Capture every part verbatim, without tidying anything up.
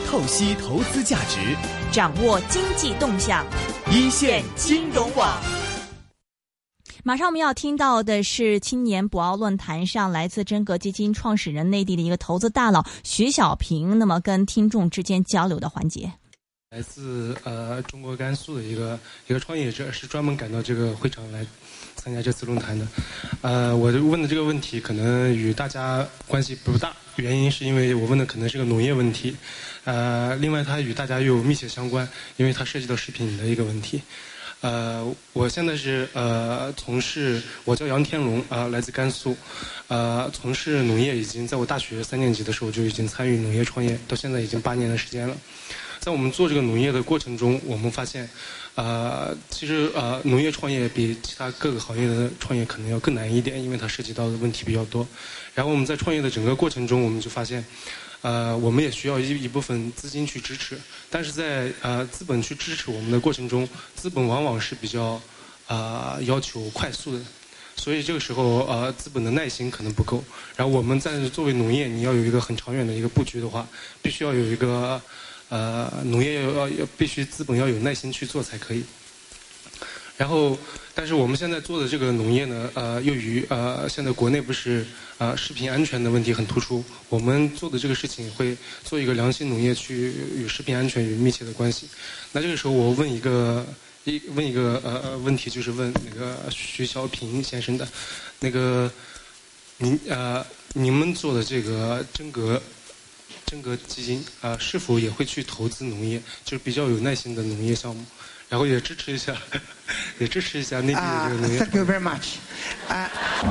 透析投资价值， 掌握经济动向， 一线金融网。 马上我们要听到的是青年博鳌论坛上来自真格基金创始人、内地的一个投资大佬徐小平，那么跟听众之间交流的环节。 来自呃中国甘肃的一个一个创业者，是专门赶到这个会场来参加这次论坛的。呃，我问的这个问题可能与大家关系不大，原因是因为我问的可能是个农业问题。呃，另外它与大家又有密切相关，因为它涉及到食品的一个问题。呃，我现在是呃从事，我叫杨天龙啊、呃，来自甘肃，呃，从事农业已经在我大学三年级的时候就已经参与农业创业，到现在已经八年的时间了。在我们做这个农业的过程中，我们发现，呃，其实呃，农业创业比其他各个行业的创业可能要更难一点，因为它涉及到的问题比较多。然后我们在创业的整个过程中，我们就发现，呃，我们也需要一一部分资金去支持，但是在呃资本去支持我们的过程中，资本往往是比较啊、呃、要求快速的。所以这个时候，呃，资本的耐心可能不够。然后我们在作为农业，你要有一个很长远的一个布局的话，必须要有一个。呃，农业要要必须资本要有耐心去做才可以。然后，但是我们现在做的这个农业呢，呃，由于呃现在国内不是呃食品安全的问题很突出，我们做的这个事情会做一个良心农业，去与食品安全有密切的关系。那这个时候我问一个一问一个呃问题，就是问那个徐小平先生的，那个您呃你们做的这个真格。真格基金啊、呃，是否也会去投资农业？就是比较有耐心的农业项目，然后也支持一下，也支持一下内地的这个农业。 Uh, thank you very much. Uh,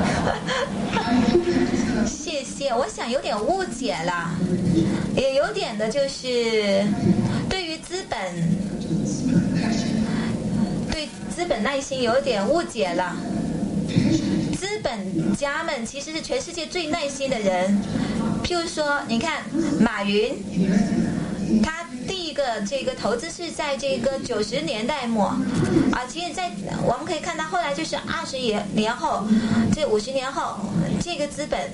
谢谢，我想有点误解了，也有点的就是对于资本，对资本耐心有点误解了。资本家们其实是全世界最耐心的人。譬如说，你看马云，他第一个这个投资是在这个九十年代末，啊，其实在我们可以看到后来就是二十年年后，这五十年后，这个资本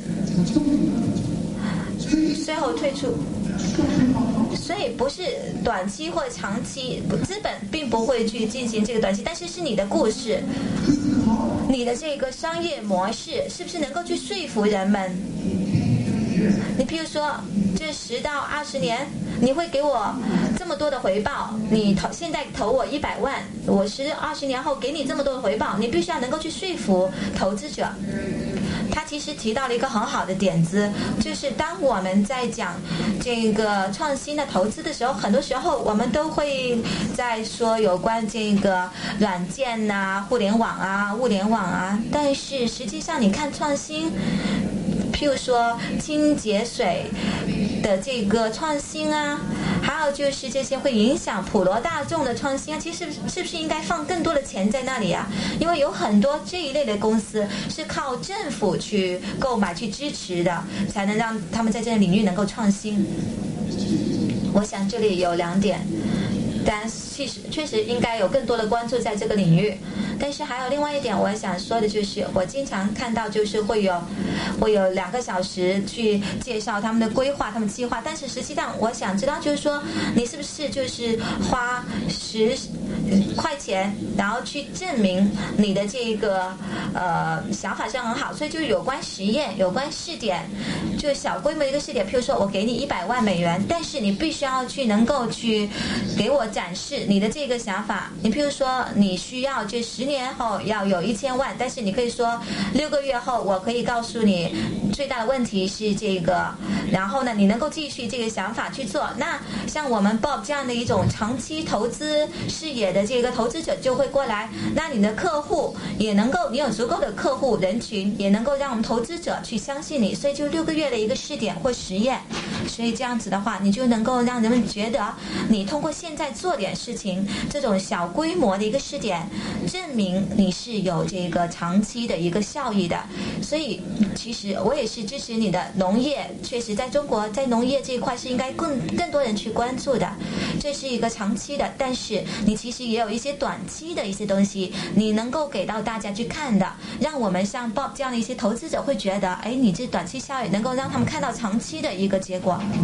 最后退出，所以不是短期或长期，资本并不会去进行这个短期，但是是你的故事，你的这个商业模式是不是能够去说服人们？你譬如说，这十到二十年，你会给我这么多的回报。你投现在投我一百万，我十二十年后给你这么多的回报，你必须要能够去说服投资者。他其实提到了一个很好的点子，就是当我们在讲这个创新的投资的时候，很多时候我们都会在说有关这个软件呐、互联网啊、物联网啊，但是实际上你看创新。譬如说清洁水的这个创新啊，还有就是这些会影响普罗大众的创新啊，其实是不是应该放更多的钱在那里啊？因为有很多这一类的公司是靠政府去购买去支持的，才能让他们在这个领域能够创新。我想这里有两点，但其实确实应该有更多的关注在这个领域。但是还有另外一点，我想说的就是，我经常看到就是会有会有两个小时去介绍他们的规划、他们计划，但是实际上我想知道，就是说你是不是就是花十块钱，然后去证明你的这个呃想法是很好，所以就是有关实验、有关试点，就小规模一个试点，譬如说我给你一百万美元，但是你必须要去能够去给我展示你的这个想法。你譬如说你需要这十年后要有一千万，但是你可以说六个月后我可以告诉你最大的问题是这个，然后呢你能够继续这个想法去做。那像我们 Bob 这样的一种长期投资视野的这个投资者就会过来，那你的客户也能够，你有足够的客户人群，也能够让我们投资者去相信你，所以就六个月的一个试点或实验，所以这样子的话你就能够让人们觉得你通过现在做点事情，这种小规模的一个试点，证明你是有这个长期的一个效益的。所以其实我也是支持你的农业，确实在中国在农业这一块是应该更更多人去关注的，这是一个长期的，但是你其实也有一些短期的一些东西你能够给到大家去看的，让我们像 Bob 这样的一些投资者会觉得，哎，你这短期效益能够让他们看到长期的一个结果。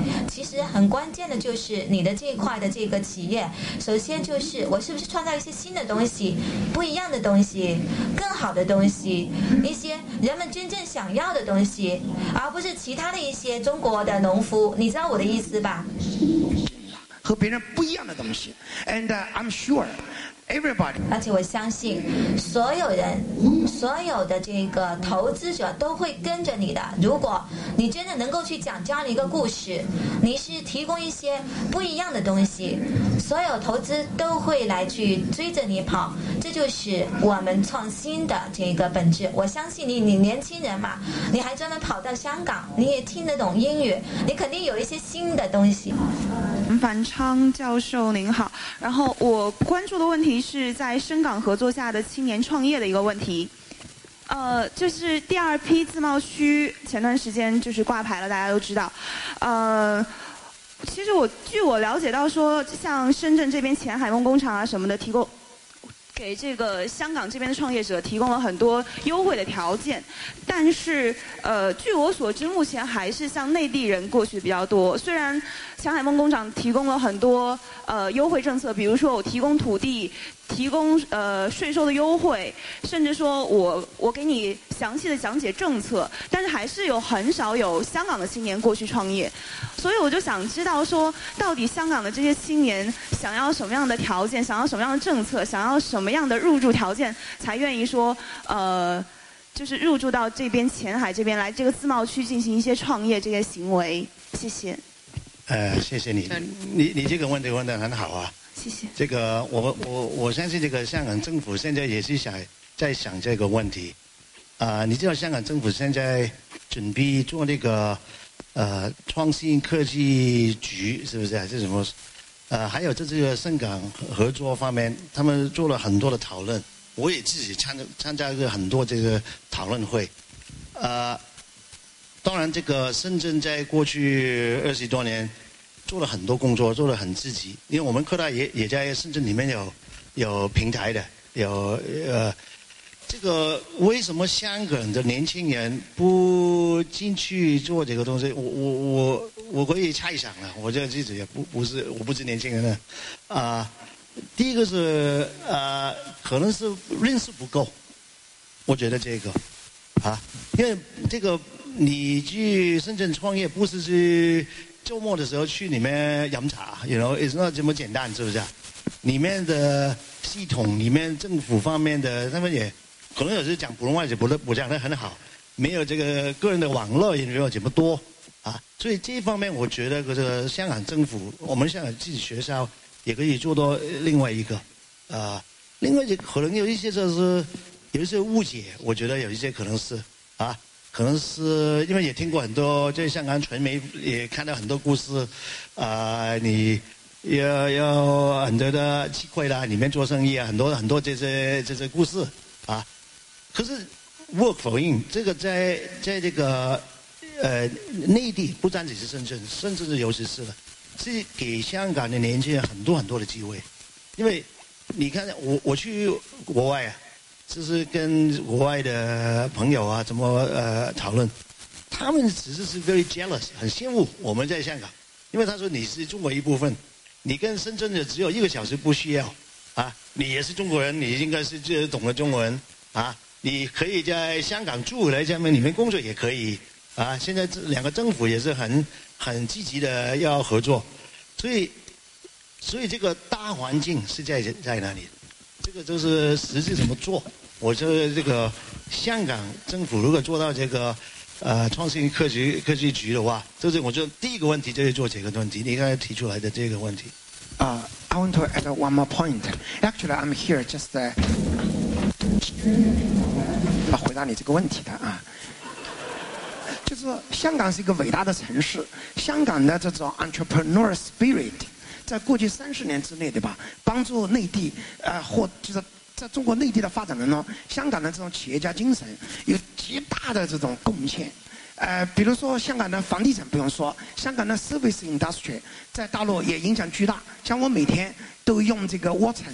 其实很关键的就是你的这一块的这个企业，首先就是我是不是创造一些新的东西，不一样的东西，更好的东西，一些人们真正想要的东西，而不是其他的一些中国的农夫，你知道我的意思吧？ 和别人不一样的东西 ，and、uh, I'm sure everybody， 而且我相信所有人、所有的这个投资者都会跟着你的。如果你真的能够去讲这样的一个故事，你是提供一些不一样的东西，所有投资都会来去追着你跑。这就是我们创新的这个本质。我相信你，你年轻人嘛，你还专门跑到香港，你也听得懂英语，你肯定有一些新的东西。 樊昌教授您好，然后我关注的问题是在深港合作下的青年创业的一个问题。呃，就是第二批自贸区前段时间就是挂牌了，大家都知道。呃，其实我据我了解到说，像深圳这边前海梦工厂啊什么的，提供给这个香港这边的创业者提供了很多优惠的条件，但是呃，据我所知，目前还是向内地人过去的比较多。虽然前海梦工厂提供了很多呃优惠政策，比如说我提供土地，提供呃税收的优惠，甚至说我我给你详细的讲解政策，但是还是有很少有香港的青年过去创业。所以我就想知道说，到底香港的这些青年想要什么样的条件，想要什么样的政策，想要什么样的入驻条件，才愿意说呃，就是入驻到这边前海这边来这个自贸区进行一些创业这些行为？谢谢。 呃，谢谢你，你你这个问题问得很好啊。 谢谢。 这个我我我相信这个香港政府现在也是想在想这个问题。啊、呃，你知道香港政府现在准备做那个呃创新科技局，是不是啊？这什么？呃，还有这这个深港合作方面，他们做了很多的讨论。我也自己参参加过很多这个讨论会。呃，当然，这个深圳在过去二十多年做了很多工作，做得很积极。因为我们科大也也在深圳里面有有平台的，有呃，这个为什么香港的年轻人不进去做这个东西？我我我我可以猜想了，我这自己也不不是我不是年轻人了，啊、呃，第一个是呃，可能是认识不够，我觉得这个啊，因为这个。你去深圳创业，不是去周末的时候去里面饮茶 ，you know， it's not 这么简单，是不是啊？里面的系统，里面政府方面的，他们也可能有时讲普通话也不不讲得很好，没有这个个人的网络也没有这么多啊，所以这一方面，我觉得这个香港政府，我们香港自己学校也可以做到另外一个，啊，另外一个可能有一些就是有一些误解，我觉得有一些可能是啊。可能是因为也听过很多，在香港传媒也看到很多故事，啊、呃，你要要很多的机会啦，里面做生意啊，很多很多这些这些故事啊。可是我否认这个在在这个呃内地，不单只是深圳，甚至是尤其是了，是给香港的年轻人很多很多的机会，因为你看我我去国外啊。就是跟国外的朋友啊，怎么呃讨论，他们只是是 very jealous， 很羡慕我们在香港，因为他说你是中国一部分，你跟深圳的只有一个小时不需要，啊，你也是中国人，你应该是这懂得中文啊，你可以在香港住来这边里面工作也可以啊，现在这两个政府也是很很积极的要合作，所以所以这个大环境是在在哪里？这个就是实际怎么做？我觉得这个香港政府如果做到这个呃创新科技科技局的话，这是我觉得第一个问题就是做这个问题，你刚才提出来的这个问题。 Uh, I want to add one more point. Actually, I'm here just 呃、uh, 回答你这个问题的啊。就是香港是一个伟大的城市，香港的这种 entrepreneur spirit。在过去三十年之内，对吧？帮助内地，呃，或就是在中国内地的发展当中，香港的这种企业家精神有极大的这种贡献。呃，比如说香港的房地产不用说，香港的 service industry 在大陆也影响巨大。像我每天都用这个 Watsons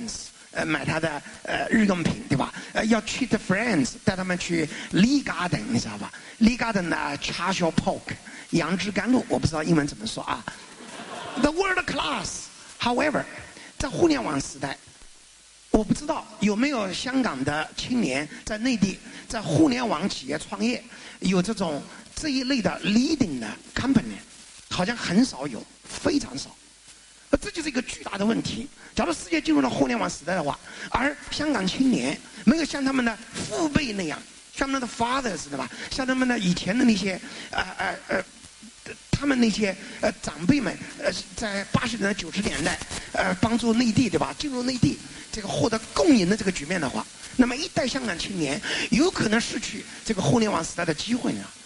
呃买他的呃日用品，对吧？呃要 treat friends， 带他们去 Lee Garden， 你知道吧 ？Lee Garden 呢 charcoal pork， 杨枝甘露，我不知道英文怎么说啊。The world class，however， 在互联网时代。我不知道有没有香港的青年在内地在互联网企业创业，有这种这一类的 leading 的 company， 好像很少有，非常少。这就是一个巨大的问题。假如世界进入了互联网时代的话，而香港青年没有像他们的父辈那样，像他们的 fathers 对吧？像他们的以前的那些呃呃呃。他们那些呃长辈们呃在八十年代九十年代呃帮助内地对吧进入内地这个获得共赢的这个局面的话，那么一代香港青年有可能失去这个互联网时代的机会呢。